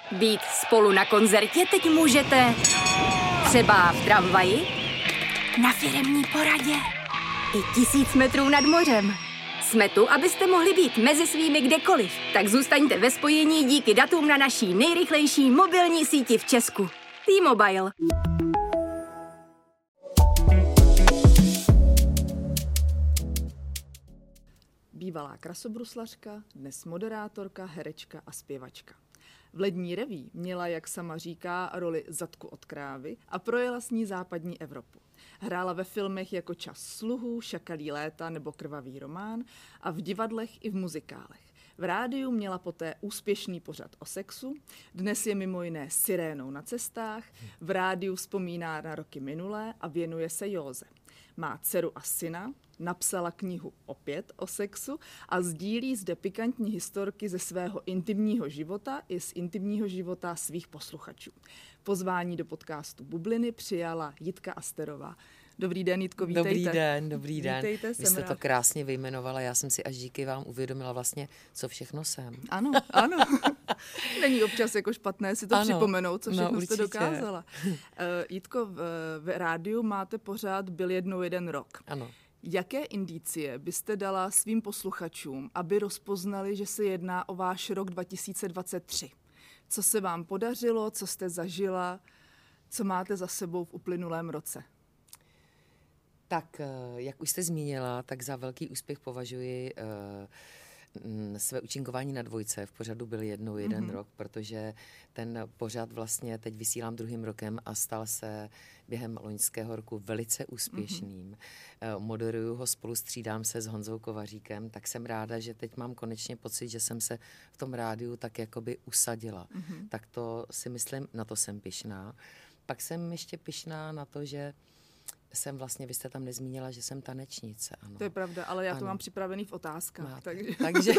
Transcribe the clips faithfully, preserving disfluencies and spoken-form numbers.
Být spolu na koncertě teď můžete třeba v tramvaji, na firemní poradě i tisíc metrů nad mořem. Jsme tu, abyste mohli být mezi svými kdekoliv. Tak zůstaňte ve spojení díky datům na naší nejrychlejší mobilní síti v Česku. T-Mobile. Bývalá krasobruslařka, dnes moderátorka, herečka a zpěvačka. V lední reví měla, jak sama říká, roli Zadku od krávy a projela s ní západní Evropu. Hrála ve filmech jako Čas sluhů, Šakalí léta nebo Krvavý román a v divadlech i v muzikálech. V rádiu měla poté úspěšný pořad o sexu, dnes je mimo jiné sirénou na cestách, v rádiu vzpomíná na roky minulé a věnuje se józe. Má dceru a syna, napsala knihu opět o sexu a sdílí zde pikantní historky ze svého intimního života i z intimního života svých posluchačů. Pozvání do podcastu Bubliny přijala Jitka Asterová. Dobrý den, Jitko, vítejte. Dobrý den, dobrý den. Vítejte, Vy jste rád. To krásně vyjmenovala, já jsem si až díky vám uvědomila vlastně, co všechno jsem. Ano, ano. Není občas jako špatné si to ano, připomenout, co všechno no, jste dokázala. Uh, Jitko, v, v rádiu máte pořád Byl jednou jeden rok. Ano. Jaké indicie byste dala svým posluchačům, aby rozpoznali, že se jedná o váš rok dva tisíce dvacet tři? Co se vám podařilo, co jste zažila, co máte za sebou v uplynulém roce? Tak, jak už jste zmínila, tak za velký úspěch považuji uh, své účinkování na dvojce. V pořadu Byl jednou jeden mm-hmm. rok, protože ten pořad vlastně teď vysílám druhým rokem a stal se během loňského roku velice úspěšným. Mm-hmm. Uh, moderuju ho, spolu střídám se s Honzou Kovaříkem, tak jsem ráda, že teď mám konečně pocit, že jsem se v tom rádiu tak jakoby usadila. Mm-hmm. Tak to si myslím, na to jsem pyšná. Pak jsem ještě pyšná na to, že jsem vlastně, vy jste tam nezmínila, že jsem tanečnice. Ano. To je pravda, ale já ano. to mám připravený v otázkách. Máte. Takže, takže...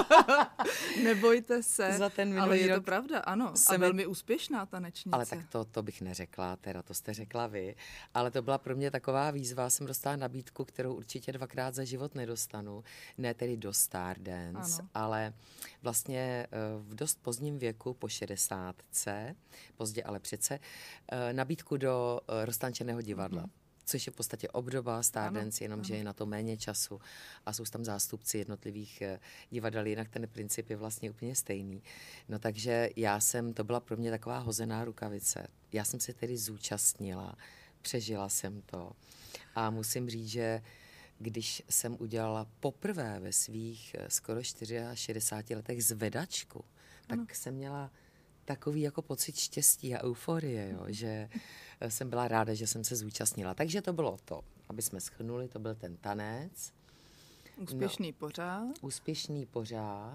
nebojte se, za ten ale je to pravda, ano. A velmi úspěšná tanečnice. Ale tak to, to bych neřekla, teda to jste řekla vy. Ale to byla pro mě taková výzva, jsem dostala nabídku, kterou určitě dvakrát za život nedostanu. Ne tedy do Stardance, ano. ale vlastně v dost pozdním věku, po šedesátce, pozdě ale přece, nabídku do roztančeného divadla. Mm-hmm. Což je v podstatě obdoba Stardance, jenomže je na to méně času a jsou tam zástupci jednotlivých divadel, jinak ten princip je vlastně úplně stejný. No takže já jsem, to byla pro mě taková hozená rukavice. Já jsem se tedy zúčastnila, přežila jsem to a musím říct, že když jsem udělala poprvé ve svých skoro šedesáti čtyřech letech zvedačku, tak ano. jsem měla takový jako pocit štěstí a euforie, jo, že jsem byla ráda, že jsem se zúčastnila. Takže to bylo to, aby jsme shrnuli, to byl ten tanec. Úspěšný no, pořád. Úspěšný pořád.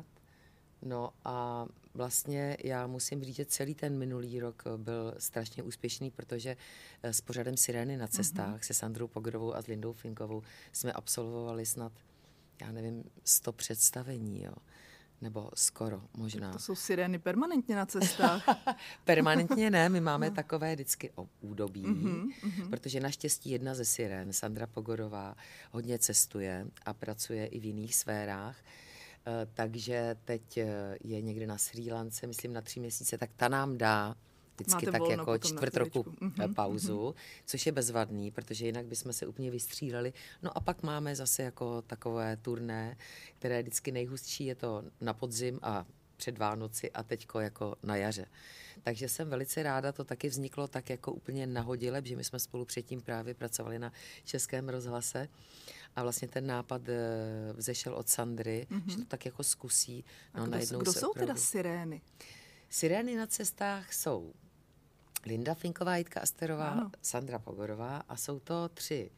No a vlastně já musím říct, že celý ten minulý rok byl strašně úspěšný, protože s pořadem Sirény na cestách mm-hmm. se Sandrou Pogorovou a s Lindou Finkovou jsme absolvovali snad, já nevím, sto představení, jo. Nebo skoro, možná. To jsou sirény permanentně na cestách. Permanentně ne, my máme no. takové vždycky údobí, mm-hmm, mm-hmm. protože naštěstí jedna ze sirén, Sandra Pogorová, hodně cestuje a pracuje i v jiných sférách, uh, takže teď je někde na Srí Lance, myslím na tři měsíce, tak ta nám dá vždycky Máte tak jako čtvrt roku mm-hmm, pauzu, mm-hmm. což je bezvadný, protože jinak bychom se úplně vystříleli. No a pak máme zase jako takové turné, které vždycky nejhustší je to na podzim a před Vánoci a teďko jako na jaře. Takže jsem velice ráda, to taky vzniklo tak jako úplně nahodile, že my jsme spolu předtím právě pracovali na Českém rozhlase a vlastně ten nápad vzešel od Sandry, mm-hmm. že to tak jako zkusí. No, a kdo, kdo jsou opravdu... teda sirény? Sirény na cestách jsou Linda Finková, Jitka Asterová, ano. Sandra Pogorová a jsou to tři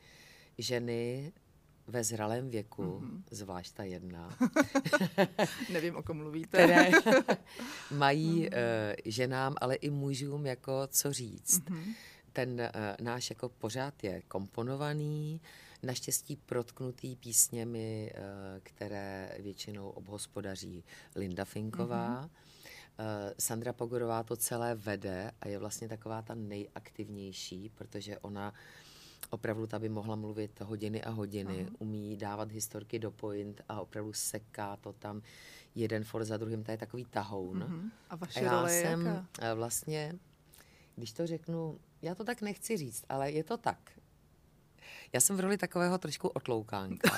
ženy ve zralém věku, mm-hmm. zvlášť ta jedna. Nevím, o kom mluvíte. Které mají mm-hmm. uh, ženám, ale i mužům jako co říct. Mm-hmm. Ten uh, náš jako pořád je komponovaný, naštěstí protknutý písněmi, uh, které většinou obhospodaří Linda Finková. Mm-hmm. Sandra Pogorová to celé vede a je vlastně taková ta nejaktivnější, protože ona opravdu ta by mohla mluvit hodiny a hodiny, uh-huh. umí dávat historky do point a opravdu seká to tam jeden for za druhým, to je takový tahoun. Mm-hmm. A vaše a já role je jsem jaká? vlastně, když to řeknu, já to tak nechci říct, ale je to tak. Já jsem v roli takového trošku otloukánka.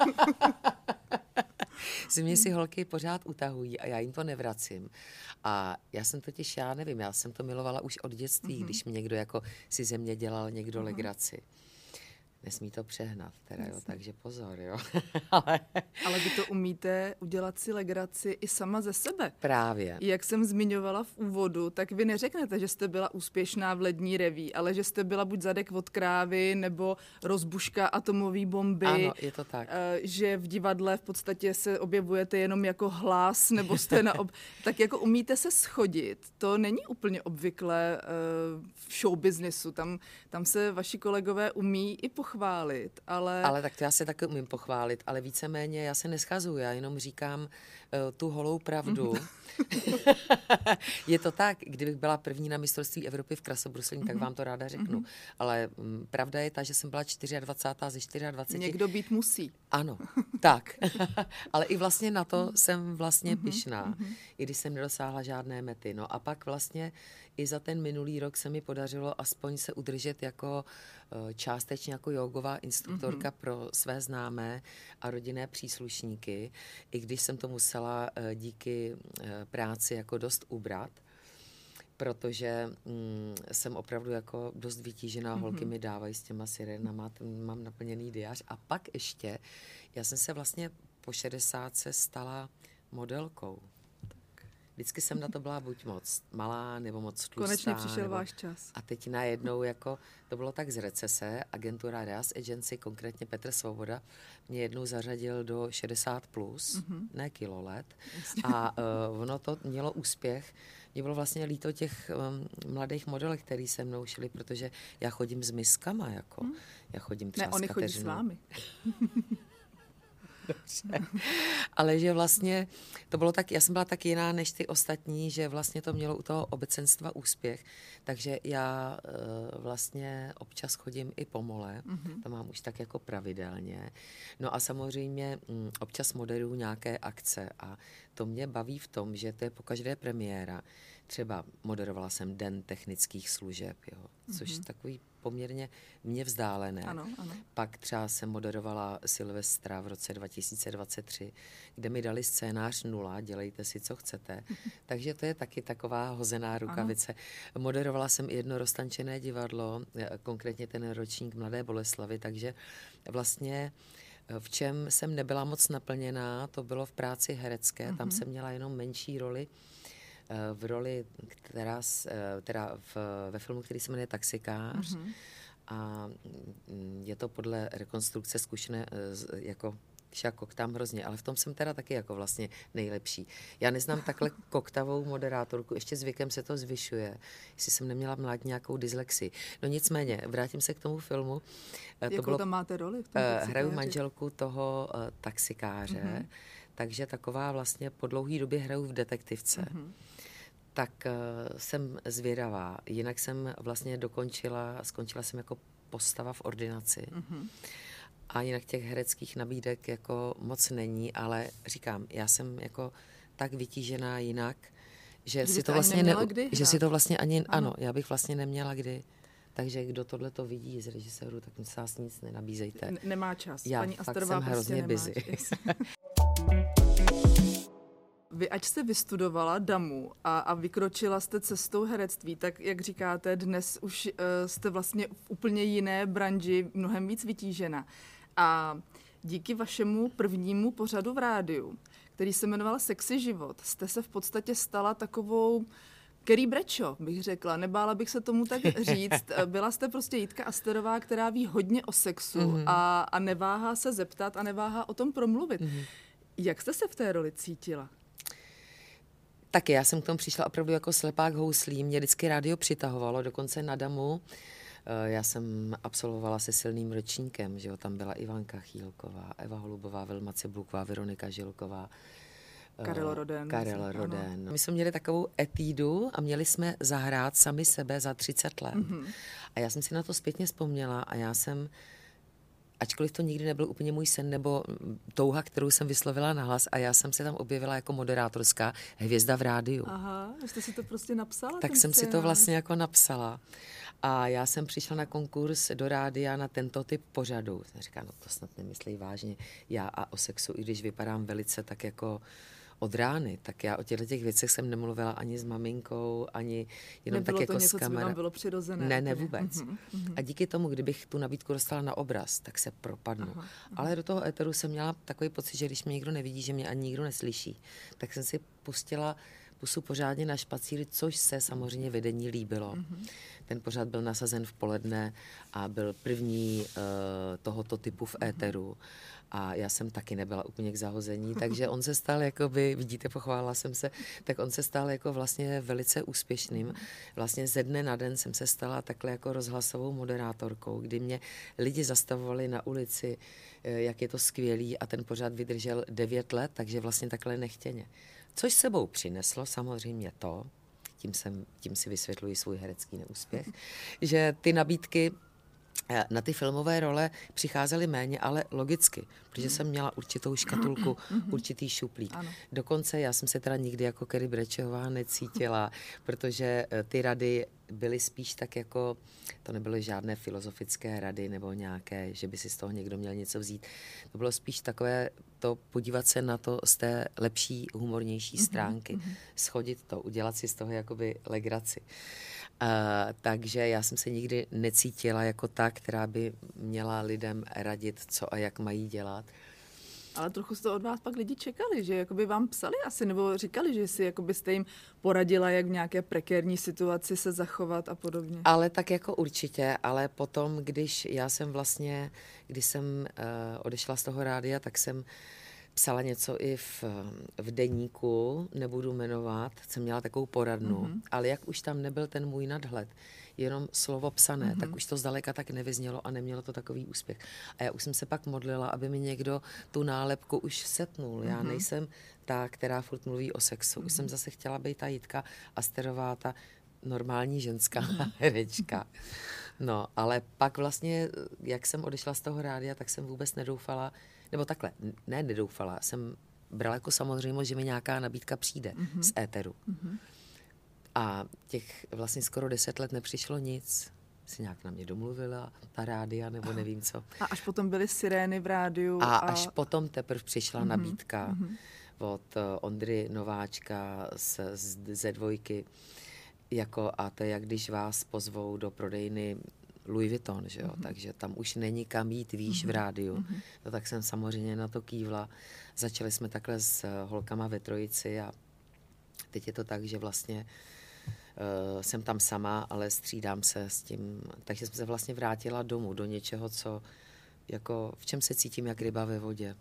Si mě si holky pořád utahují a já jim to nevracím. A já jsem totiž, já nevím, já jsem to milovala už od dětství, mm-hmm. když mi někdo jako si ze mě dělal někdo mm-hmm. legraci. Nesmí to přehnat, teda, jo, takže pozor, jo. Ale... Ale vy to umíte udělat si legraci i sama ze sebe. Právě. Jak jsem zmiňovala v úvodu, tak vy neřeknete, že jste byla úspěšná v Lední reví, ale že jste byla buď Zadek od krávy, nebo Rozbuška atomové bomby. Ano, je to tak. Že v divadle v podstatě se objevujete jenom jako hlas, nebo jste na... Ob... tak jako umíte se schodit. To není úplně obvyklé v showbiznesu. Tam, tam se vaši kolegové umí i pochválit. chválit, ale... Ale tak to já se taky umím pochválit, ale víceméně já se neschazuju, já jenom říkám uh, tu holou pravdu. Je to tak, kdybych byla první na mistrovství Evropy v krasobruslení, tak vám to ráda řeknu. Ale um, pravda je ta, že jsem byla dvacátá čtvrtá ze dvaceti čtyř. Někdo být musí. Ano, tak. Ale i vlastně na to jsem vlastně pyšná, i když jsem nedosáhla žádné mety. No a pak vlastně i za ten minulý rok se mi podařilo aspoň se udržet jako částečně jako jogová instruktorka mm-hmm. pro své známé a rodinné příslušníky, i když jsem to musela díky práci jako dost ubrat, protože mm, jsem opravdu jako dost vytížená, mm-hmm. holky mi dávají s těma sirenama, mám naplněný diář. A pak ještě, já jsem se vlastně po šedesátce stala modelkou. Vždycky jsem na to byla buď moc malá, nebo moc tlustá. Konečně přišel nebo... váš čas. A teď najednou, jako, to bylo tak z recese, agentura Reas Agency, konkrétně Petr Svoboda, mě jednou zařadil do šedesát plus, mm-hmm. ne kilo let. A uh, ono to mělo úspěch. Mě bylo vlastně líto těch um, mladých modelek, který se mnou šli, protože já chodím s miskama, jako. Mm. Já chodím třeba ne, oni s chodí s vámi. Dobře. Ale že vlastně to bylo tak, já jsem byla tak jiná než ty ostatní, že vlastně to mělo u toho obecenstva úspěch, takže já uh, vlastně občas chodím i po mole, mm-hmm. to mám už tak jako pravidelně. No a samozřejmě um, občas moderuju nějaké akce a to mě baví v tom, že to je po každé premiéra. Třeba moderovala jsem Den technických služeb, jo, což mm-hmm. takový poměrně mě vzdálené. Ano, ano. Pak třeba jsem moderovala Silvestra v roce dva tisíce dvacet tři, kde mi dali scénář nula, dělejte si, co chcete. Takže to je taky taková hozená rukavice. Ano. Moderovala jsem i jedno roztančené divadlo, konkrétně ten ročník Mladé Boleslavy, takže vlastně v čem jsem nebyla moc naplněná, to bylo v práci herecké, mm-hmm. tam jsem měla jenom menší roli, v roli, která, teda v, ve filmu, který se jmenuje Taxikář mm-hmm. a je to podle rekonstrukce zkušené jako však koktám hrozně, ale v tom jsem teda taky jako vlastně nejlepší. Já neznám takhle koktavou moderátorku, ještě s věkem se to zvyšuje, jestli jsem neměla mládí nějakou dyslexii. No nicméně, vrátím se k tomu filmu. Jakou to bylo, tam máte roli? V tom hraju manželku toho uh, taxikáře, mm-hmm. takže taková vlastně po dlouhý době hraju v detektivce. Mm-hmm. Tak uh, jsem zvědavá. Jinak jsem vlastně dokončila, skončila jsem jako postava v ordinaci. Mm-hmm. A jinak těch hereckých nabídek jako moc není, ale říkám, já jsem jako tak vytížená jinak, že, si to, vlastně ne, že si to vlastně ani, ano. ano, já bych vlastně neměla kdy. Takže kdo tohle to vidí z režiséru, tak mi se vás nic nenabízejte. N- nemá čas. Já Paní fakt Asterová jsem hrozně busy. Vy, ač jste vystudovala damu a, a vykročila jste cestou herectví, tak jak říkáte, dnes už uh, jste vlastně v úplně jiné branži, mnohem víc vytížena. A díky vašemu prvnímu pořadu v rádiu, který se jmenoval Sexy život, jste se v podstatě stala takovou Kerry Bradshaw, bych řekla. Nebála bych se tomu tak říct. Byla jste prostě Jitka Asterová, která ví hodně o sexu mm-hmm. a, a neváhá se zeptat a neváhá o tom promluvit. Mm-hmm. Jak jste se v té roli cítila? Taky, já jsem k tomu přišla opravdu jako slepák houslí. Mě vždycky rádio přitahovalo, dokonce na damu. Já jsem absolvovala se silným ročníkem, že jo, tam byla Ivanka Chýlková, Eva Holubová, Vilma Cibulková, Veronika Žilková, Karel Roden. Karel Roden. Ano. My jsme měli takovou etídu a měli jsme zahrát sami sebe za třicet let. Mm-hmm. A já jsem si na to zpětně vzpomněla a já jsem ačkoliv to nikdy nebyl úplně můj sen nebo touha, kterou jsem vyslovila nahlas a já jsem se tam objevila jako moderátorská hvězda v rádiu. Aha, jste si to prostě napsala? Tak jsem scénář. si to vlastně jako napsala. A já jsem přišla na konkurs do rádia na tento typ pořadu. Jsem říkala, no to snad nemyslí vážně. Já a o sexu, i když vypadám velice tak jako od rány, tak já o těchto těch věcech jsem nemluvila ani s maminkou, ani jenom Nebylo tak jako to něco, s kamerou. Co by vám bylo přirozené? Ne, ne vůbec. Uh-huh, uh-huh. A díky tomu, kdybych tu nabídku dostala na obraz, tak se propadnu. Uh-huh, uh-huh. Ale do toho éteru jsem měla takový pocit, že když mě nikdo nevidí, že mě ani nikdo neslyší, tak jsem si pustila pusu pořádně na špacíry, což se samozřejmě vedení líbilo. Mm-hmm. Ten pořad byl nasazen v poledne a byl první uh, tohoto typu v éteru. A já jsem taky nebyla úplně k zahození, takže on se stal jakoby, vidíte, pochválila jsem se, tak on se stal jako vlastně velice úspěšným. Vlastně ze dne na den jsem se stala takhle jako rozhlasovou moderátorkou, kdy mě lidi zastavovali na ulici, jak je to skvělý, a ten pořad vydržel devět let, takže vlastně takhle nechtěně. Což sebou přineslo samozřejmě to, tím, jsem, tím si vysvětluji svůj herecký neúspěch, že ty nabídky na ty filmové role přicházely méně, ale logicky, protože jsem měla určitou škatulku, určitý šuplík. Ano. Dokonce já jsem se teda nikdy jako Carrie Bradshaw necítila, protože ty rady byly spíš tak jako, to nebyly žádné filozofické rady nebo nějaké, že by si z toho někdo měl něco vzít. To bylo spíš takové to podívat se na to z té lepší, humornější stránky, mm-hmm. schodit to, udělat si z toho jakoby legraci. Uh, takže já jsem se nikdy necítila jako ta, která by měla lidem radit, co a jak mají dělat. Ale trochu jste od vás pak lidi čekali, že jakoby vám psali asi, nebo říkali, že si jakoby jste jim poradila, jak v nějaké prekérní situaci se zachovat a podobně. Ale tak jako určitě, ale potom, když já jsem vlastně, když jsem uh, odešla z toho rádia, tak jsem psala něco i v, v deníku, nebudu jmenovat, jsem měla takovou poradnu, mm-hmm. ale jak už tam nebyl ten můj nadhled, jenom slovo psané, mm-hmm. tak už to zdaleka tak nevyznělo a nemělo to takový úspěch. A já už jsem se pak modlila, aby mi někdo tu nálepku už setnul. Já mm-hmm. nejsem ta, která furt mluví o sexu. Mm-hmm. Už jsem zase chtěla být ta Jitka Asterová, ta normální ženská mm-hmm. herečka. No, ale pak vlastně, jak jsem odešla z toho rádia, tak jsem vůbec nedoufala, nebo takhle, ne nedoufala, jsem brala jako samozřejmost, že mi nějaká nabídka přijde mm-hmm. z éteru. Mm-hmm. A těch vlastně skoro deset let nepřišlo nic. Si nějak na mě domluvila, ta rádia, nebo nevím co. A až potom byly sirény v rádiu. A, a... až potom teprve přišla mm-hmm. nabídka mm-hmm. od uh, Ondry Nováčka z, z, ze dvojky. Jako, a to je, jak když vás pozvou do prodejny Louis Vuitton, že jo? Mm-hmm. Takže tam už není kam jít výš mm-hmm. v rádiu. Mm-hmm. No, tak jsem samozřejmě na to kývla. Začali jsme takhle s holkama ve trojici a teď je to tak, že vlastně uh, jsem tam sama, ale střídám se s tím. Takže jsem se vlastně vrátila domů, do něčeho, co jako, v čem se cítím jak ryba ve vodě.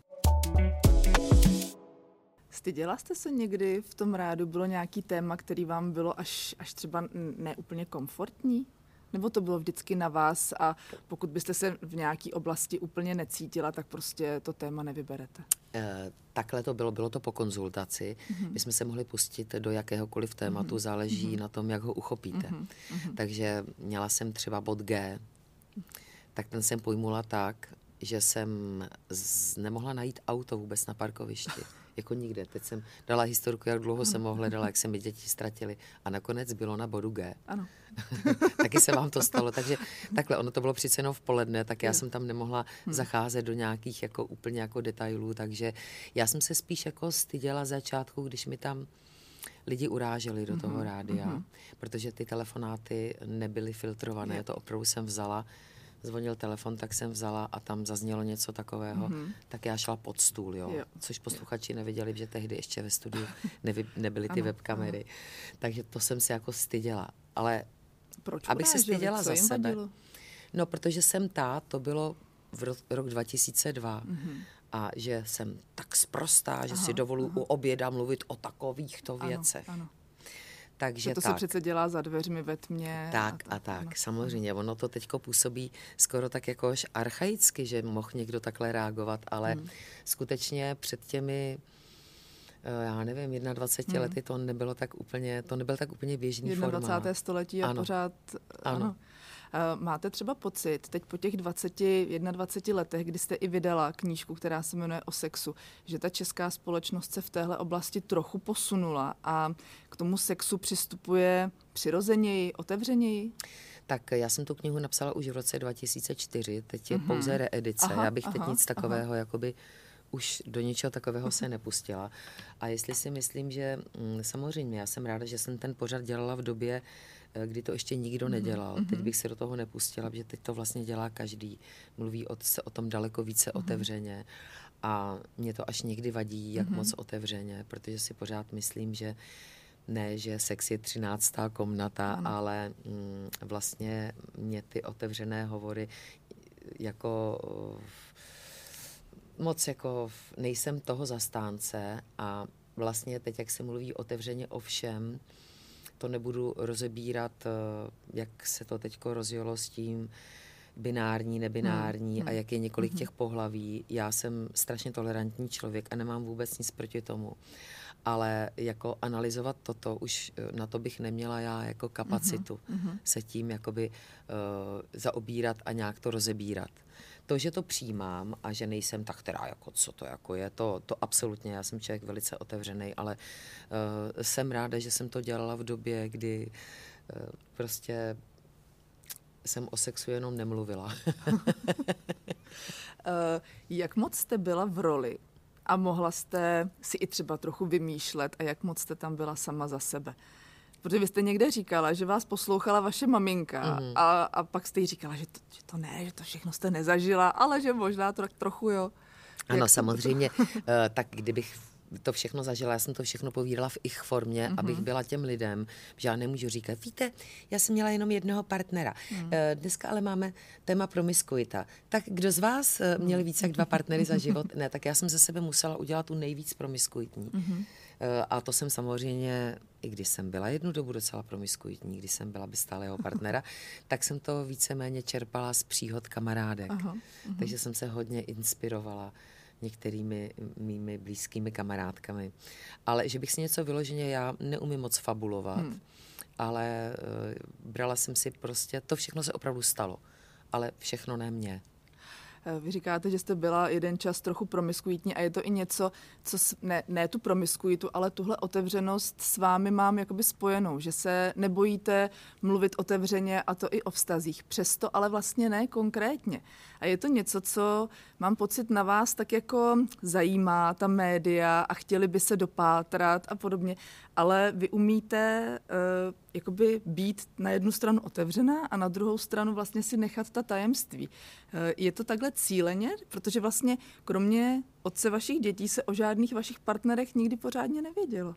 Styděla jste se někdy v tom rádu? Bylo nějaký téma, který vám bylo až, až třeba neúplně komfortní? Nebo to bylo vždycky na vás a pokud byste se v nějaké oblasti úplně necítila, tak prostě to téma nevyberete? E, takhle to bylo, bylo to po konzultaci. Mm-hmm. My jsme se mohli pustit do jakéhokoliv tématu, mm-hmm. záleží mm-hmm. na tom, jak ho uchopíte. Mm-hmm. Takže měla jsem třeba bod G, tak ten jsem pojmula tak, že jsem z, nemohla najít auto vůbec na parkovišti. Jako nikde. Teď jsem dala historku, jak dlouho jsem ho hledala, jak se mi děti ztratily. A nakonec bylo na bodu G. Ano. Taky se vám to stalo. Takže takhle, ono to bylo přece jenom v poledne, tak já jsem tam nemohla hmm. zacházet do nějakých jako úplně jako detailů. Takže já jsem se spíš jako styděla začátku, když mi tam lidi uráželi do toho rádia, mm-hmm. protože ty telefonáty nebyly filtrované. Je. To opravdu jsem vzala. Zvonil telefon, tak jsem vzala a tam zaznělo něco takového, mm-hmm. tak já šla pod stůl, jo. jo. Což posluchači nevěděli, že tehdy ještě ve studiu nevy, nebyly ty ano, webkamery. Ano. Takže to jsem si jako styděla. Ale proč abych uráželi? se styděla za sebe. Vadilo? No, protože jsem ta, to bylo v ro, rok dva tisíce dva. Mm-hmm. A že jsem tak sprostá, že aha, si dovoluji u oběda mluvit o takovýchto věcech. Ano, ano. Takže to tak. se přece dělá za dveřmi ve tmě. Tak a tak, a tak. samozřejmě. Ono to teďko působí skoro tak jako až archaicky, že mohl někdo takhle reagovat, ale hmm. skutečně před těmi, já nevím, dvaceti hmm. lety to nebylo tak úplně, to nebyl tak úplně běžný jednadvacáté formát. století a ano. pořád, ano. ano. Máte třeba pocit, teď po těch dvaceti, dvaceti jedné letech, kdy jste i vydala knížku, která se jmenuje O sexu, že ta česká společnost se v téhle oblasti trochu posunula a k tomu sexu přistupuje přirozeněji, otevřeněji? Tak já jsem tu knihu napsala už v roce dva tisíce čtyři, teď je mm-hmm. pouze reedice. Aha, já bych teď aha, nic takového, aha. jakoby už do něčeho takového se nepustila. A jestli si myslím, že mm, samozřejmě, já jsem ráda, že jsem ten pořad dělala v době, kdy to ještě nikdo nedělal. Mm-hmm. Teď bych se do toho nepustila, protože teď to vlastně dělá každý. Mluví o, se o tom daleko více mm-hmm. otevřeně. A mě to až někdy vadí, jak mm-hmm. moc otevřeně, protože si pořád myslím, že ne, že sex je třináctá komnata, ano. ale mm, vlastně mě ty otevřené hovory jako moc jako nejsem toho zastánce a vlastně teď, jak se mluví otevřeně o všem, to nebudu rozebírat, jak se to teďko rozjelo s tím binární, nebinární hmm. a jak je několik hmm. těch pohlaví. Já jsem strašně tolerantní člověk a nemám vůbec nic proti tomu. Ale jako analyzovat toto, už na to bych neměla já jako kapacitu uh-huh. se tím jakoby uh, zaobírat a nějak to rozebírat. To, že to přijímám a že nejsem tak teda jako co to jako je, to, to absolutně, já jsem člověk velice otevřený, ale uh, jsem ráda, že jsem to dělala v době, kdy uh, prostě jsem o sexu jenom nemluvila. uh, jak moc jste byla v roli? A mohla jste si i třeba trochu vymýšlet a jak moc jste tam byla sama za sebe. Protože vy jste někde říkala, že vás poslouchala vaše maminka mm. a, a pak jste jí říkala, že to, že to ne, že to všechno jste nezažila, ale že možná to tak trochu jo. Ano, jak samozřejmě, uh, tak kdybych to všechno zažila, já jsem to všechno povídala v ich formě, mm-hmm. abych byla těm lidem, že já nemůžu říkat, víte, já jsem měla jenom jednoho partnera, mm. dneska ale máme téma promiskuita, tak kdo z vás měl víc jak dva partnery za život? Ne, tak já jsem ze sebe musela udělat tu nejvíc promiskuitní. Mm-hmm. A to jsem samozřejmě, i když jsem byla jednu dobu docela promiskuitní, když jsem byla bez stálého partnera, tak jsem to víceméně čerpala z příhod kamarádek. Aha, aha. Takže jsem se hodně inspirovala některými mými blízkými kamarádkami. Ale že bych si něco vyloženě, já neumím moc fabulovat, hmm. ale uh, brala jsem si prostě, to všechno se opravdu stalo, ale všechno ne mě. Vy říkáte, že jste byla jeden čas trochu promiskuitní a je to i něco, co ne, ne tu promiskuitu, ale tuhle otevřenost s vámi mám jakoby spojenou, že se nebojíte mluvit otevřeně a to i o vztazích. Přesto ale vlastně ne konkrétně. A je to něco, co mám pocit na vás tak jako zajímá ta média a chtěli by se dopátrat a podobně, ale vy umíte uh, jakoby být na jednu stranu otevřená a na druhou stranu vlastně si nechat ta tajemství. Uh, je to takhle cíleně? Protože vlastně kromě otce vašich dětí se o žádných vašich partnerech nikdy pořádně nevědělo.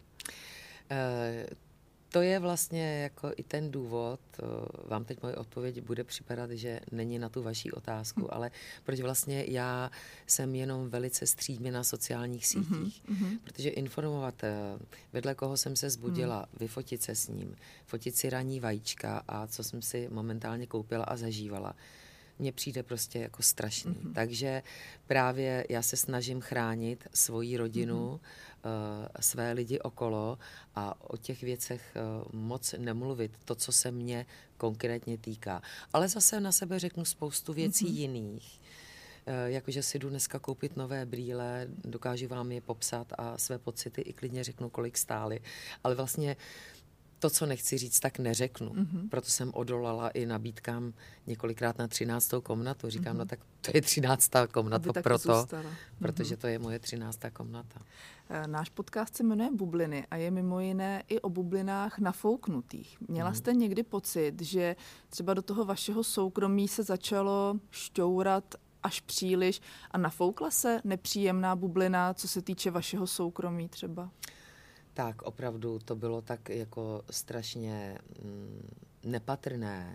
Uh... To je vlastně jako i ten důvod, vám teď moje odpověď bude připadat, že není na tu vaši otázku, ale proč vlastně já jsem jenom velice střídmě na sociálních sítích, mm-hmm. protože informovat, vedle koho jsem se zbudila, mm. vyfotit se s ním, fotit si ranní vajíčka a co jsem si momentálně koupila a zažívala, mně přijde prostě jako strašný. Mm-hmm. Takže právě já se snažím chránit svoji rodinu, mm-hmm. uh, své lidi okolo a o těch věcech uh, moc nemluvit, to, co se mě konkrétně týká. Ale zase na sebe řeknu spoustu věcí mm-hmm. jiných. Uh, jakože si jdu dneska koupit nové brýle, dokážu vám je popsat a své pocity i klidně řeknu, kolik stály. Ale vlastně to, co nechci říct, tak neřeknu. Mm-hmm. Proto jsem odolala i nabídkám několikrát na třináctou komnatu. Říkám, mm-hmm. no tak to je třináctá komnata proto, protože to je moje třináctá komnata. Náš podcast se jmenuje Bubliny a je mimo jiné i o bublinách nafouknutých. Měla mm-hmm. jste někdy pocit, že třeba do toho vašeho soukromí se začalo šťourat až příliš a nafoukla se nepříjemná bublina, co se týče vašeho soukromí třeba? Tak opravdu to bylo tak jako strašně mm, nepatrné,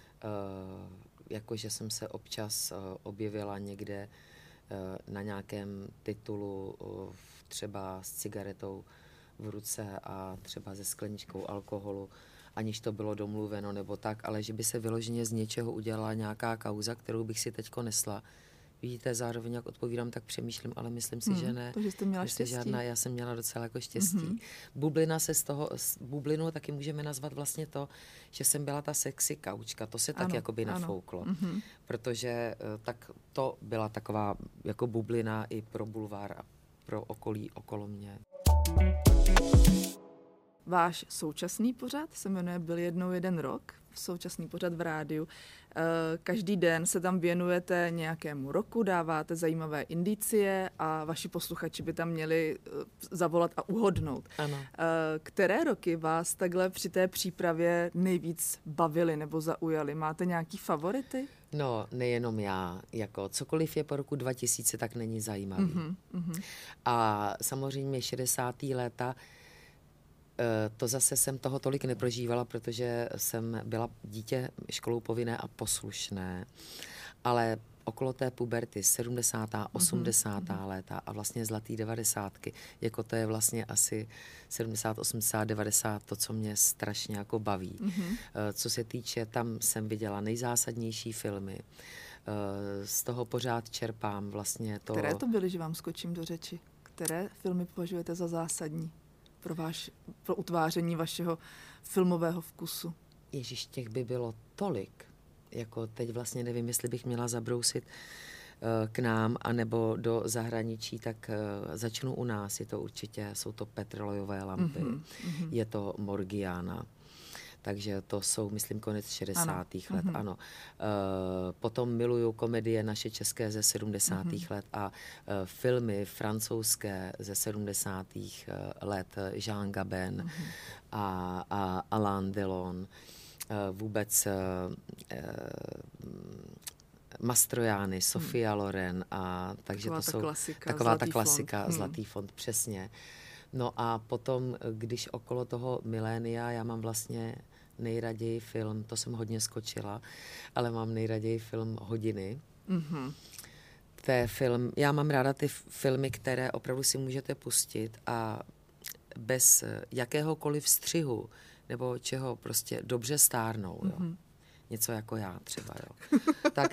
uh, jako že jsem se občas uh, objevila někde uh, na nějakém titulu uh, třeba s cigaretou v ruce a třeba se skleničkou alkoholu, aniž to bylo domluveno nebo tak, ale že by se vyloženě z něčeho udělala nějaká kauza, kterou bych si teďko nesla, vidíte, zároveň jak odpovídám, tak přemýšlím, ale myslím si, hmm, že ne. Takže jste měla štěstí. Žádná, já jsem měla docela jako štěstí. Mm-hmm. Bublina se z toho, z bublinu taky můžeme nazvat vlastně to, že jsem byla ta sexy kaučka, to se ano, tak jakoby nafouklo. Mm-hmm. Protože tak to byla taková jako bublina i pro bulvár a pro okolí okolo mě. Váš současný pořad se jmenuje Byl jednou jeden rok, současný pořad v rádiu. Každý den se tam věnujete nějakému roku, dáváte zajímavé indicie a vaši posluchači by tam měli zavolat a uhodnout. Ano. Které roky vás takhle při té přípravě nejvíc bavily nebo zaujaly? Máte nějaký favority? No, nejenom já. Jako cokoliv je po roku dva tisíce, tak není zajímavý. Mm-hmm, mm-hmm. A samozřejmě šedesátá léta, to zase jsem toho tolik neprožívala, protože jsem byla dítě školou povinné a poslušné, ale okolo té puberty, sedmdesátá, osmdesátá mm-hmm. léta a vlastně zlatý devadesátky, jako to je vlastně asi sedmdesát, osmdesát, devadesát, to, co mě strašně jako baví. Mm-hmm. Co se týče, tam jsem viděla nejzásadnější filmy, z toho pořád čerpám vlastně to... Které to byly, že vám skočím do řeči? Které filmy považujete za zásadní pro, váš, pro utváření vašeho filmového vkusu? Ježiš, těch by bylo tolik. Jako teď vlastně nevím, jestli bych měla zabrousit uh, k nám anebo do zahraničí, tak uh, začnu u nás. Je to určitě, jsou to petrolejové lampy, mm-hmm. je to Morgiana. Takže to jsou, myslím, konec šedesátých let, mm-hmm. ano. Uh, potom miluju komedie naše české ze sedmdesátých mm-hmm. let a uh, filmy francouzské ze sedmdesátých let, Jean Gabin mm-hmm. a, a Alain Delon. Uh, vůbec uh, uh, Mastroianni, Sofia hmm. Loren a takže taková to ta jsou klasika, taková ta Zlatý klasika, fond. Zlatý fond, přesně. No a potom, když okolo toho milénia, já mám vlastně nejraději film, to jsem hodně skočila, ale mám nejraději film Hodiny. Mm-hmm. To je film, já mám ráda ty filmy, které opravdu si můžete pustit a bez jakéhokoliv střihu nebo čeho prostě dobře stárnou, jo. Mm-hmm. Něco jako já třeba, jo. Tak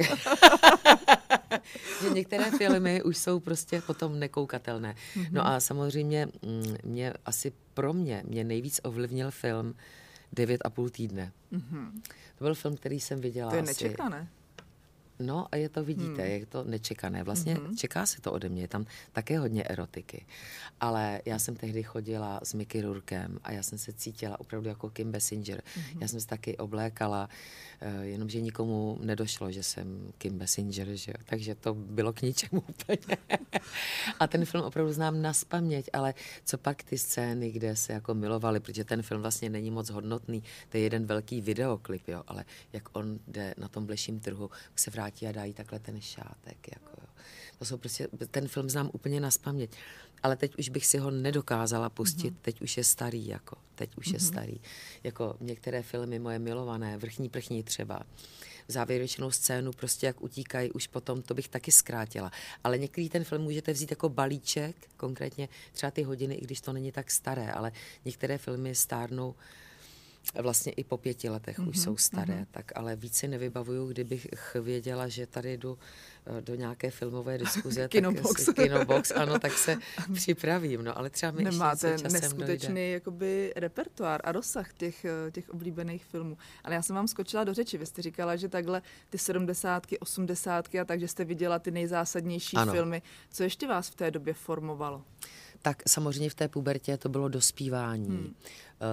některé filmy už jsou prostě potom nekoukatelné. Mm-hmm. No a samozřejmě mě asi pro mě, mě nejvíc ovlivnil film Devět a půl týdne. Mm-hmm. To byl film, který jsem viděla To je asi... nečekané. No a je to, vidíte, hmm. je to nečekané. Vlastně mm-hmm. čeká se to ode mě, je tam také hodně erotiky. Ale já jsem tehdy chodila s Mickey Rourkem a já jsem se cítila opravdu jako Kim Basinger. Mm-hmm. Já jsem se taky oblékala, jenomže nikomu nedošlo, že jsem Kim Basinger, že? Takže to bylo k ničemu úplně. A ten film opravdu znám nazpaměť, ale co pak ty scény, kde se jako milovali, protože ten film vlastně není moc hodnotný, to je jeden velký videoklip, jo, ale jak on jde na tom bleším trhu, se vrátí a dají takhle ten šátek. Jako, jo. To jsou prostě, ten film znám úplně nazpaměť, ale teď už bych si ho nedokázala pustit, mm-hmm. teď už je starý, jako, teď už mm-hmm. je starý. Jako některé filmy moje milované, Vrchní prchní třeba, závěrečnou scénu, prostě jak utíkají, už potom to bych taky zkrátila. Ale některý ten film můžete vzít jako balíček, konkrétně třeba ty Hodiny, i když to není tak staré, ale některé filmy stárnou vlastně i po pěti letech mm-hmm, už jsou staré, mm-hmm. tak ale víc si nevybavuju, kdybych věděla, že tady jdu do nějaké filmové diskuze, Kinobox. tak Kinobox, ano, tak se připravím, no, ale třeba mi nemáte ještě časem neskutečný dojde. Jakoby repertoár a rozsah těch, těch oblíbených filmů. Ale já jsem vám skočila do řeči, vy jste říkala, že takhle ty sedmdesátky, osmdesátky a takže jste viděla ty nejzásadnější ano. filmy. Co ještě vás v té době formovalo? Tak samozřejmě v té pubertě to bylo dospívání, hmm. um,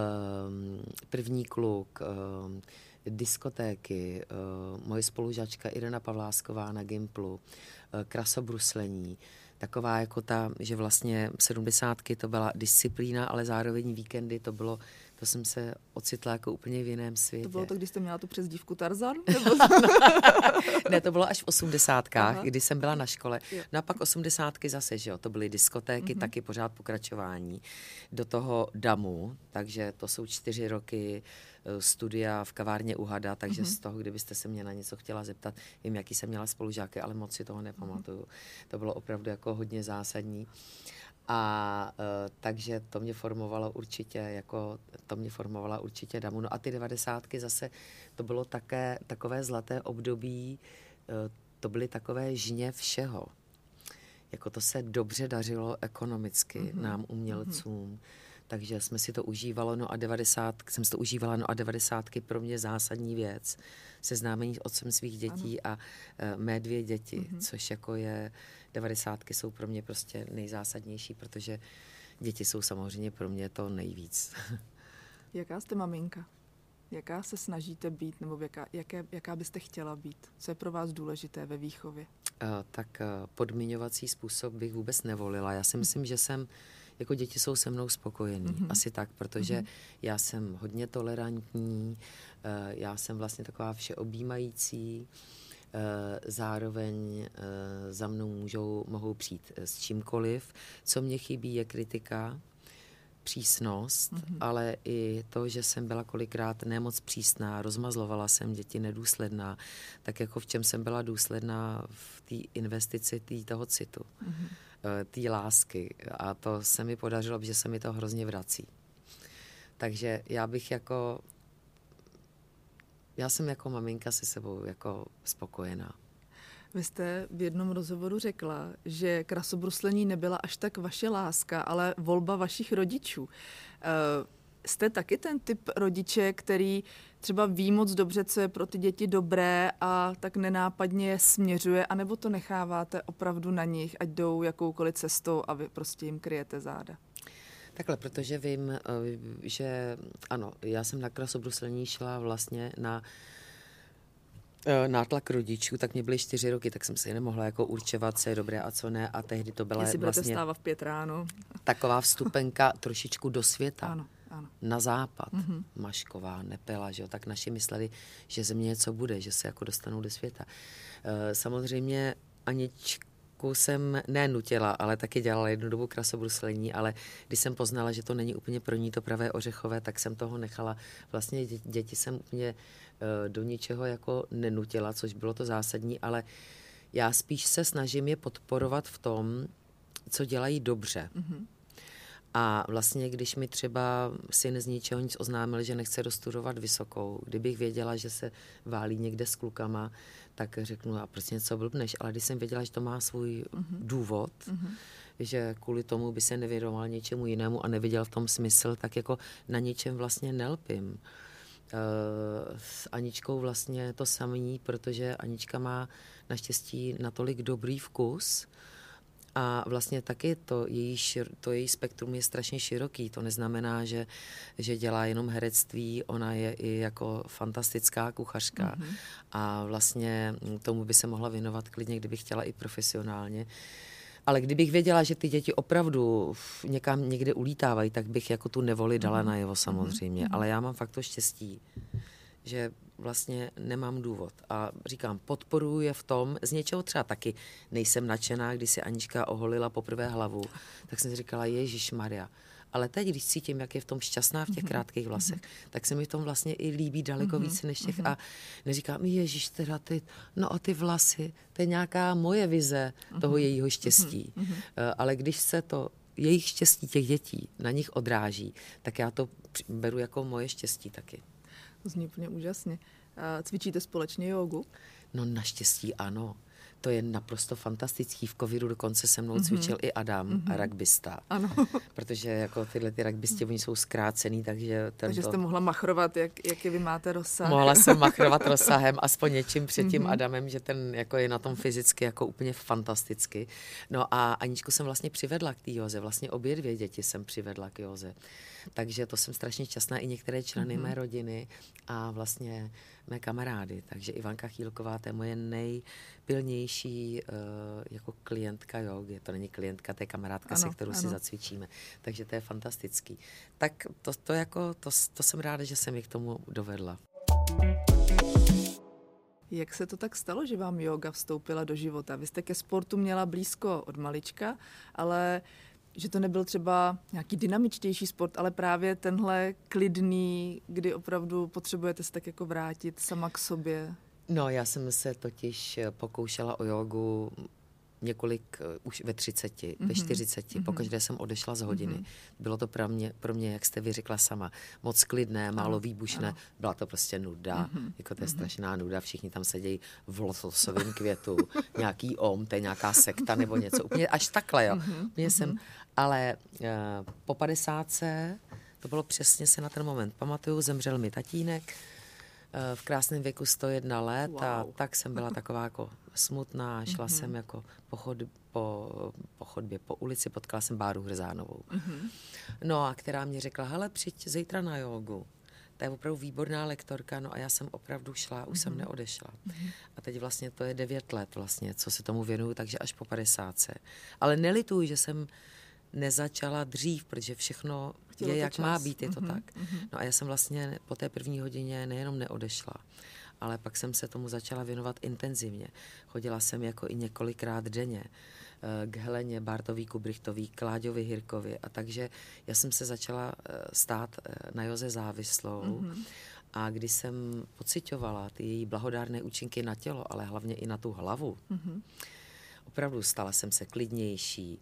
První kluk, um, diskotéky, uh, moje spolužačka Irena Pavlásková na Gimplu, uh, krasobruslení, taková jako ta, že vlastně sedmdesátky to byla disciplína, ale zároveň víkendy to bylo, to jsem se ocitla jako úplně v jiném světě. To bylo to, když jste měla tu přezdívku Tarzan? Ne, to bylo až v osmdesátkách, Aha. kdy jsem byla na škole. Jo. No a pak osmdesátky zase, že jo, to byly diskotéky, mm-hmm. taky pořád pokračování. Do toho damu, takže to jsou čtyři roky studia v kavárně u Hada, takže mm-hmm. z toho, kdybyste se mě na něco chtěla zeptat, vím, jaký jsem měla spolužáky, ale moc si toho nepamatuju. Mm-hmm. To bylo opravdu jako hodně zásadní. A uh, takže to mě formovalo určitě, jako to mě formovala určitě damu. No a ty devadesátky zase, to bylo také takové zlaté období uh, to byly takové žně všeho. Jako to se dobře dařilo ekonomicky mm-hmm. nám umělcům, mm-hmm. takže jsme si to užívalo, no a devadesát, jsem si to užívala, no a devadesátky pro mě zásadní věc, seznámení s otcem svých dětí ano. a uh, mé dvě děti, mm-hmm. což jako je, devadesátky jsou pro mě prostě nejzásadnější, protože děti jsou samozřejmě pro mě to nejvíc. Jaká jste maminka? Jaká se snažíte být, nebo jaká, jaké, jaká byste chtěla být? Co je pro vás důležité ve výchově? Uh, tak uh, podmiňovací způsob bych vůbec nevolila. Já si myslím, že jsem, jako děti jsou se mnou spokojení. Mm-hmm. Asi tak, protože mm-hmm. já jsem hodně tolerantní, uh, já jsem vlastně taková všeobjímající, uh, zároveň uh, za mnou můžou, mohou přijít s čímkoliv. Co mě chybí, je kritika, přísnost, mm-hmm. ale i to, že jsem byla kolikrát nemoc přísná, rozmazlovala jsem děti, nedůsledná, tak jako v čem jsem byla důsledná v té investici tý, toho citu, mm-hmm. té lásky. A to se mi podařilo, že se mi to hrozně vrací. Takže já bych jako, já jsem jako maminka se sebou jako spokojená. Vy jste v jednom rozhovoru řekla, že krasobruslení nebyla až tak vaše láska, ale volba vašich rodičů. Jste taky ten typ rodiče, který třeba ví moc dobře, co je pro ty děti dobré a tak nenápadně je směřuje, anebo to necháváte opravdu na nich, ať jdou jakoukoliv cestou a vy prostě jim kryjete záda? Takhle, protože vím, že ano, já jsem na krasobruslení šla vlastně na nátlak rodičů, tak mě byly čtyři roky, tak jsem si nemohla jako určovat, co je dobré a co ne, a tehdy to byla Jestli vlastně budete vstávat v pět ráno. Taková vstupenka trošičku do světa, ano, ano. na západ, mm-hmm. Mašková, Nepela, že jo, tak naši mysleli, že ze mě něco bude, že se jako dostanou do světa. E, samozřejmě Aničku jsem nenutila, ale taky dělala jednu dobu krasobruslení, ale když jsem poznala, že to není úplně pro ní to pravé ořechové, tak jsem toho nechala. Vlastně děti jsem úplně do ničeho jako nenutila, což bylo to zásadní, ale já spíš se snažím je podporovat v tom, co dělají dobře. Mm-hmm. A vlastně, když mi třeba syn z ničeho nic oznámil, že nechce dostudovat vysokou, kdybych věděla, že se válí někde s klukama, tak řeknu, a prostě něco blbneš. Ale když jsem věděla, že to má svůj mm-hmm. důvod, mm-hmm. že kvůli tomu by se nevědomal něčemu jinému a neviděl v tom smysl, tak jako na ničem vlastně nelpím. S Aničkou vlastně to samý, protože Anička má naštěstí natolik dobrý vkus a vlastně taky to její, šir, to její spektrum je strašně široký. To neznamená, že, že dělá jenom herectví, ona je i jako fantastická kuchařka mm-hmm. a vlastně tomu by se mohla věnovat klidně, kdyby chtěla i profesionálně. Ale kdybych věděla, že ty děti opravdu někam někde ulítávají, tak bych jako tu nevoli dala najevo samozřejmě. Mm-hmm. Ale já mám fakt to štěstí, že vlastně nemám důvod. A říkám, podporuji je v tom, z něčeho třeba taky nejsem nadšená, když si Anička oholila poprvé hlavu, tak jsem si říkala, Ježišmarja. Ale teď, když cítím, jak je v tom šťastná v těch krátkých vlasech, tak se mi v tom vlastně i líbí daleko víc než těch. A neříkám, Ježiš, teda ty, no a ty vlasy, to je nějaká moje vize toho jejího štěstí. Ale když se to jejich štěstí těch dětí na nich odráží, tak já to beru jako moje štěstí taky. To zní úplně úžasně. A cvičíte společně jogu? No naštěstí ano. To je naprosto fantastický. V covidu dokonce se mnou cvičil mm-hmm. i Adam, mm-hmm. rugbista. Ano. Protože jako tyhle ty rugbisti, oni jsou zkrácený, takže... Tento... Takže jste mohla machrovat, jak, jaký vy máte rozsah. Mohla jsem machrovat rozsahem, aspoň něčím před tím mm-hmm. Adamem, že ten jako je na tom fyzicky jako úplně fantasticky. No a Aničku jsem vlastně přivedla k té józe. Vlastně obě dvě děti jsem přivedla k józe. Takže to jsem strašně šťastná, i některé členy mm-hmm. mé rodiny a vlastně mé kamarády. Takže Ivanka Chýlková, to je moje nejpilnější uh, jako klientka jogy. To není klientka, to je kamarádka, ano, se kterou ano. si zacvičíme. Takže to je fantastický. Tak to, to, jako, to, to jsem ráda, že jsem ji k tomu dovedla. Jak se to tak stalo, že vám jóga vstoupila do života? Vy jste ke sportu měla blízko od malička, ale že to nebyl třeba nějaký dynamičtější sport, ale právě tenhle klidný, kdy opravdu potřebujete se tak jako vrátit sama k sobě. No, já jsem se totiž pokoušela o jógu několik, už ve třiceti, mm-hmm. ve čtyřiceti, mm-hmm. pokaždé jsem odešla z hodiny. Mm-hmm. Bylo to pro mě, pro mě, jak jste vy řekla sama, moc klidné, málo ano, výbušné. Ano. Byla to prostě nuda, mm-hmm. jako to je mm-hmm. strašná nuda, všichni tam sedějí v lotosovém květu, nějaký om, to je nějaká sekta nebo něco, úplně až takhle, jo. Mm-hmm. Úplně jsem, ale uh, po padesátce, to bylo přesně se na ten moment pamatuju, zemřel mi tatínek, v krásném věku sto jedna let wow. a tak jsem byla taková jako smutná, šla mm-hmm. jsem jako po, chod, po, po chodbě po ulici, potkala jsem Báru Hrzánovou. Mm-hmm. No a která mě řekla, hele, přijď zítra na jógu. To je opravdu výborná lektorka, no a já jsem opravdu šla, už mm-hmm. jsem neodešla. Mm-hmm. A teď vlastně to je devět let vlastně, co se tomu věnuju, takže až po padesátce. Ale nelituji, že jsem nezačala dřív, protože všechno Chtělo je, jak čas. Má být, je to mm-hmm. tak. Mm-hmm. No a já jsem vlastně po té první hodině nejenom neodešla, ale pak jsem se tomu začala věnovat intenzivně. Chodila jsem jako i několikrát denně k Heleně Bartovíku Brichtový, k Láďovi Hirkovi a takže já jsem se začala stát na józe závislou mm-hmm. a když jsem pociťovala ty její blahodárné účinky na tělo, ale hlavně i na tu hlavu, mm-hmm. opravdu stala jsem se klidnější,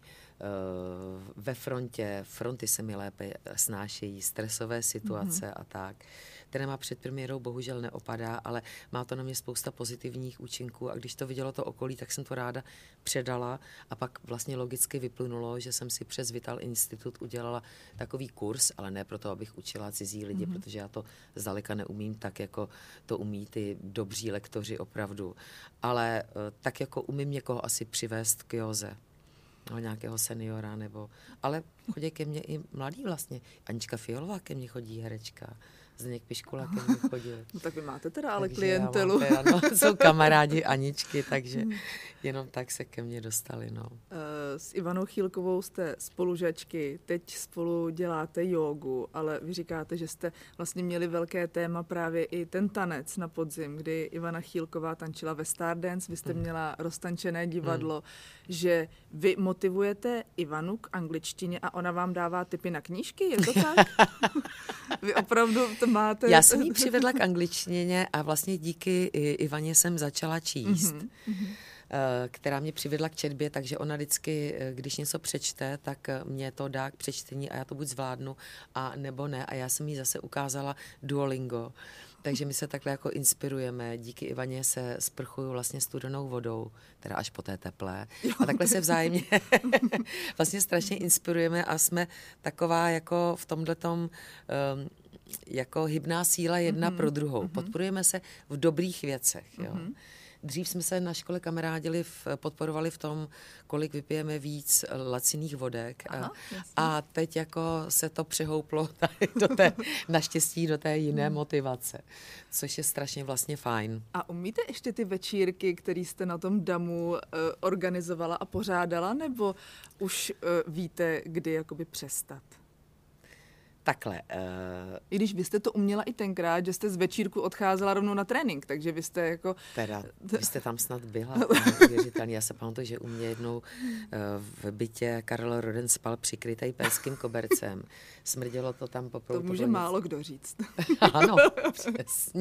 ve frontě, fronty se mi lépe snášejí, stresové situace mm-hmm. a tak. Téma před premiérou bohužel neopadá, ale má to na mě spousta pozitivních účinků a když to vidělo to okolí, tak jsem to ráda předala a pak vlastně logicky vyplynulo, že jsem si přes Vital Institut udělala takový kurz, ale ne proto, abych učila cizí lidi, mm-hmm. protože já to zdaleka neumím tak, jako to umí ty dobří lektoři opravdu, ale tak jako umím někoho asi přivést k józe. No, nějakého seniora, nebo, ale chodí ke mně i mladý vlastně. Anička Fiolová ke mně chodí, herečka. Zdeněk Piškula ke mně chodil. No tak vy máte teda ale takže klientelu. Já mám, ano, jsou kamarádi Aničky, takže jenom tak se ke mně dostali. No. S Ivanou Chýlkovou jste spolužačky, teď spolu děláte jógu, ale vy říkáte, že jste vlastně měli velké téma právě i ten tanec na podzim, kdy Ivana Chýlková tančila ve Stardance, vy jste hmm. měla roztančené divadlo, hmm. že vy motivujete Ivanu k angličtině a ona vám dává tipy na knížky, je to tak? Vy opravdu to máte... Já jsem ji přivedla k angličtině a vlastně díky Ivaně jsem začala číst, mm-hmm. která mě přivedla k četbě, takže ona vždycky, když něco přečte, tak mě to dá k přečtení a já to buď zvládnu, a nebo ne. A já jsem jí zase ukázala Duolingo. Takže my se takhle jako inspirujeme. Díky Ivaně se sprchuju vlastně studenou vodou, teda až po té teplé. A takhle se vzájemně vlastně strašně inspirujeme a jsme taková jako v tomhletom um, jako hybná síla jedna mm-hmm. pro druhou. Mm-hmm. Podporujeme se v dobrých věcech, jo. Mm-hmm. Dřív jsme se na škole kamarádili, v, podporovali v tom, kolik vypijeme víc laciných vodek. Aha, a, a teď jako se to přehouplo do té, naštěstí do té jiné motivace, což je strašně vlastně fajn. A umíte ještě ty večírky, které jste na tom damu uh, organizovala a pořádala, nebo už uh, víte, kdy jakoby přestat? Takhle. Uh... I když vy jste to uměla i tenkrát, že jste z večírku odcházela rovnou na trénink, takže vy jste jako... Teda, vy jste tam snad byla, uvěřitelně. Já se pamatuju, že u mě jednou uh, v bytě Karel Roden spal přikrytej perským kobercem. Smrdělo to tam poprvé. To může to málo kdo říct. Ano, přesně.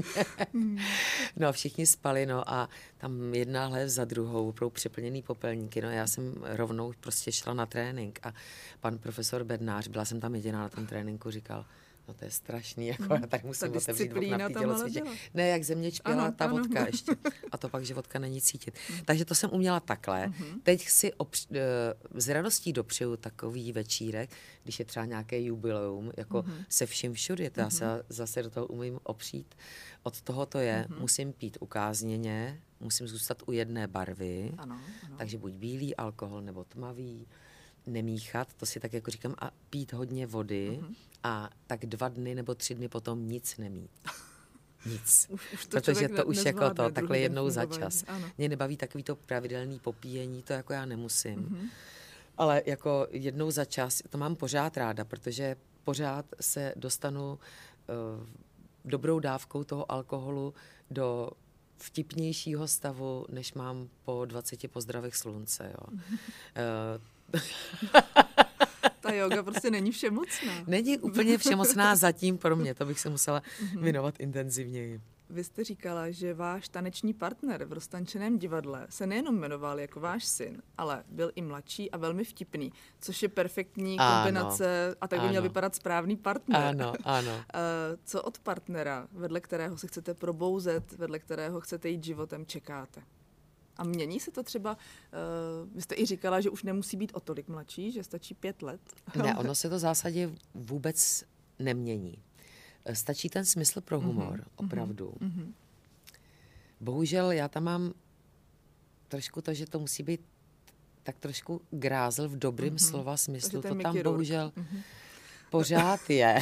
No, všichni spali, no a tam jedna hlev za druhou, opravdu přeplněný popelníky. No, já jsem rovnou prostě šla na trénink a pan profesor Bednář, byla jsem tam jediná na tom tréninku, říkal, no to je strašný, jako já tady musím otevřít okna v té tělocvičně. Ne, jak země čpěla ano, ta ano. vodka ještě. A to pak, že vodka není cítit. Takže to jsem uměla takhle. Uh-huh. Teď si opř- s radostí dopřeju takový večírek, když je třeba nějaké jubileum, jako uh-huh. se vším všude. To já se zase do toho umím opřít. Od toho to je, uh-huh. musím pít ukázněně, musím zůstat u jedné barvy, ano, ano. takže buď bílý alkohol nebo tmavý, nemíchat, to si tak jako říkám, a pít hodně vody uh-huh. a tak dva dny nebo tři dny potom nic nemít. Nic. Už, už to Protože to už jako to, takhle jednou za čas. Ano. Mě nebaví takový to pravidelný popíjení, to jako já nemusím. Uh-huh. Ale jako jednou za čas, to mám pořád ráda, protože pořád se dostanu uh, dobrou dávkou toho alkoholu do vtipnějšího stavu, než mám po dvaceti pozdravech slunce. Jo. Uh, Ta jóga prostě není všemocná. Není úplně všemocná zatím pro mě, to bych se musela věnovat intenzivněji. Vy jste říkala, že váš taneční partner v Roztančeném divadle se nejenom jmenoval jako váš syn, ale byl i mladší a velmi vtipný, což je perfektní kombinace, ano, a tak by ano. měl vypadat správný partner. Ano, ano. Co od partnera, vedle kterého se chcete probouzet, vedle kterého chcete jít životem, čekáte? A mění se to třeba, uh, vy jste i říkala, že už nemusí být o tolik mladší, že stačí pět let. Ne, ono se to v zásadě vůbec nemění. Stačí ten smysl pro humor, mm-hmm. opravdu. Mm-hmm. Bohužel já tam mám trošku to, že to musí být tak trošku grázl v dobrým mm-hmm. slova smyslu. To tam bohužel mm-hmm. pořád je.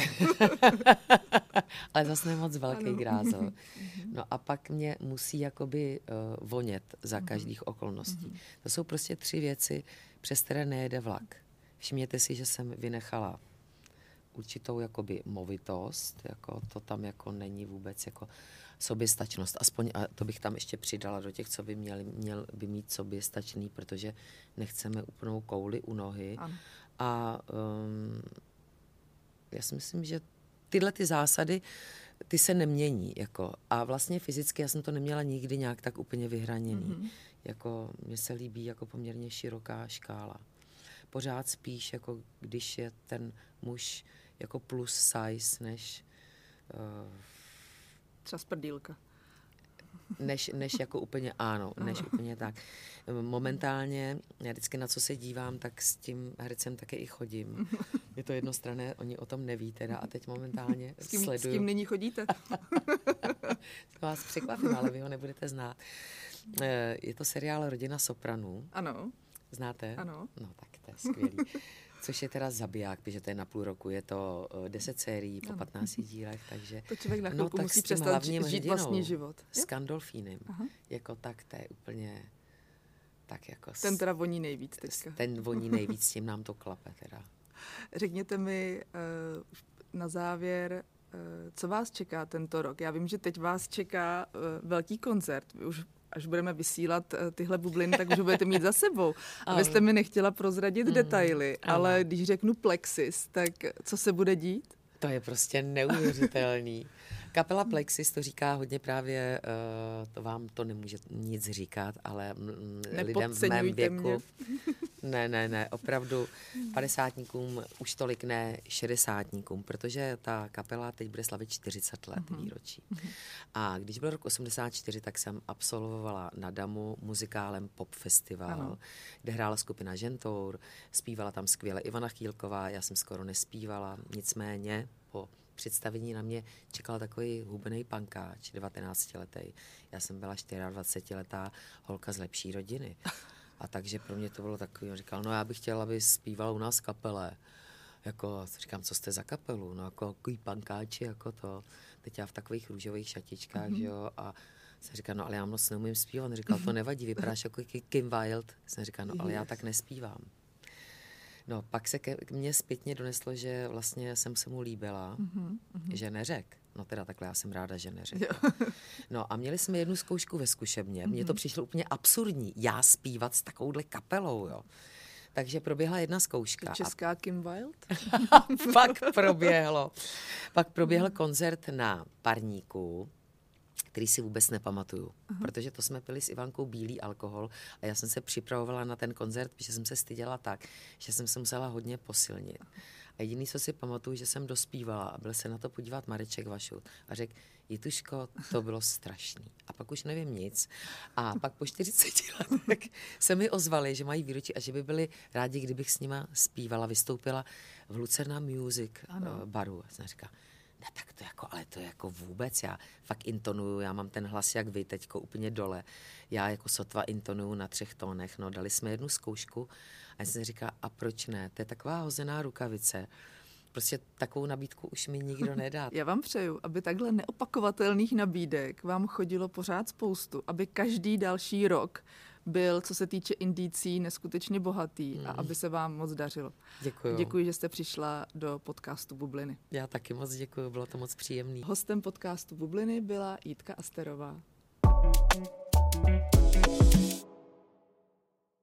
Ale zase nemoc velký ano. grázl. No a pak mě musí jakoby uh, vonět za mm-hmm. každých okolností. Mm-hmm. To jsou prostě tři věci, přes které nejede vlak. Všimněte si, že jsem vynechala určitou jakoby movitost, jako to tam jako není vůbec jako soběstačnost. Aspoň, a to bych tam ještě přidala do těch, co by měli, měl by mít soběstačný, protože nechceme úplnou kouli u nohy. Ano. A um, já si myslím, že tyhle ty zásady, ty se nemění. Jako. A vlastně fyzicky já jsem to neměla nikdy nějak tak úplně vyhraněný. Mm-hmm. Jako, mně se líbí jako poměrně široká škála. Pořád spíš, jako když je ten muž jako plus size, než... Uh, třeba sprdílka. Než, než jako úplně ano, než úplně tak. Momentálně, já vždycky na co se dívám, tak s tím hercem také i chodím. Je to jednostranné, oni o tom neví teda a teď momentálně s kým, sleduju. S kým nyní chodíte? Vás překvapím, ale vy ho nebudete znát. Je to seriál Rodina Sopranů. Ano. Znáte? Ano. No tak to je skvělý. Což je teda zabiják, protože to je na půl roku. Je to deset sérií po patnácti dílech, takže... To člověk na chvilku no, musí přestat žít vlastní život. S Gandolfínem. Jako tak, to je úplně... Tak jako ten teda voní nejvíc teďka. Ten voní nejvíc, s tím nám to klape teda. Řekněte mi uh, na závěr, uh, co vás čeká tento rok. Já vím, že teď vás čeká uh, velký koncert. Vy už až budeme vysílat uh, tyhle bubliny, tak už ho budete mít za sebou. A vy jste mi nechtěla prozradit mm, detaily, ano. Ale když řeknu Plexis, tak co se bude dít? To je prostě neuvěřitelný. Kapela Plexis to říká hodně právě, uh, to vám to nemůže nic říkat, ale m, lidem v mém věku, ne, ne, ne, opravdu padesátníkům už tolik ne, šedesátníkům, protože ta kapela teď bude slavit čtyřicet let mm-hmm. výročí. A když byl rok osmdesát čtyři, tak jsem absolvovala na Damu muzikálem Pop Festival, ano. kde hrála skupina Žentour, zpívala tam skvěle Ivana Chýlková, já jsem skoro nespívala, nicméně po představení na mě čekal takový hubený pankáč, devatenáctiletý. Já jsem byla dvacetičtyřletá holka z lepší rodiny. A takže pro mě to bylo takový, on říkal, no já bych chtěla, aby zpívala u nás kapele. Jako, říkám, co jste za kapelu? No jako takový pankáči, jako to. Teď já v takových růžových šatičkách, mm-hmm. že jo, a jsem říkal, no ale já moc neumím zpívat. On říkal, to nevadí, vypadáš jako Kim Wilde. Jsem říkal, no ale já tak nespívám. No, pak se ke mně zpětně doneslo, že vlastně jsem se mu líbila, mm-hmm. že neřek. No teda takhle, já jsem ráda, že neřek. No a měli jsme jednu zkoušku ve zkušebně. Mně to přišlo úplně absurdní. Já zpívat s takovouhle kapelou, jo. Takže proběhla jedna zkouška. Česká a... Kim Wilde? Pak proběhlo. Pak proběhl koncert na Parníku, který si vůbec nepamatuju, uh-huh. protože to jsme pili s Ivankou bílý alkohol a já jsem se připravovala na ten koncert, protože jsem se styděla tak, že jsem se musela hodně posilnit. A jediný, co si pamatuju, že jsem dospívala a byl se na to podívat Mareček Vašut a řekl, Jituško, to bylo strašný. A pak už nevím nic. A pak po čtyřiceti letech se mi ozvali, že mají výročí a že by byli rádi, kdybych s nima zpívala, vystoupila v Lucerna Music ano. baru. A jsem říkala, ne, tak to jako, ale to jako vůbec, já fakt intonuju, já mám ten hlas jak vy, teďko úplně dole. Já jako sotva intonuju na třech tónech, no dali jsme jednu zkoušku a já jsem říkala, a proč ne, to je taková hozená rukavice. Prostě takovou nabídku už mi nikdo nedá. Já vám přeju, aby takhle neopakovatelných nabídek vám chodilo pořád spoustu, aby každý další rok byl, co se týče indicí, neskutečně bohatý mm. a aby se vám moc dařilo. Děkuju. Děkuji, že jste přišla do podcastu Bubliny. Já taky moc děkuju, bylo to moc příjemný. Hostem podcastu Bubliny byla Jitka Asterová.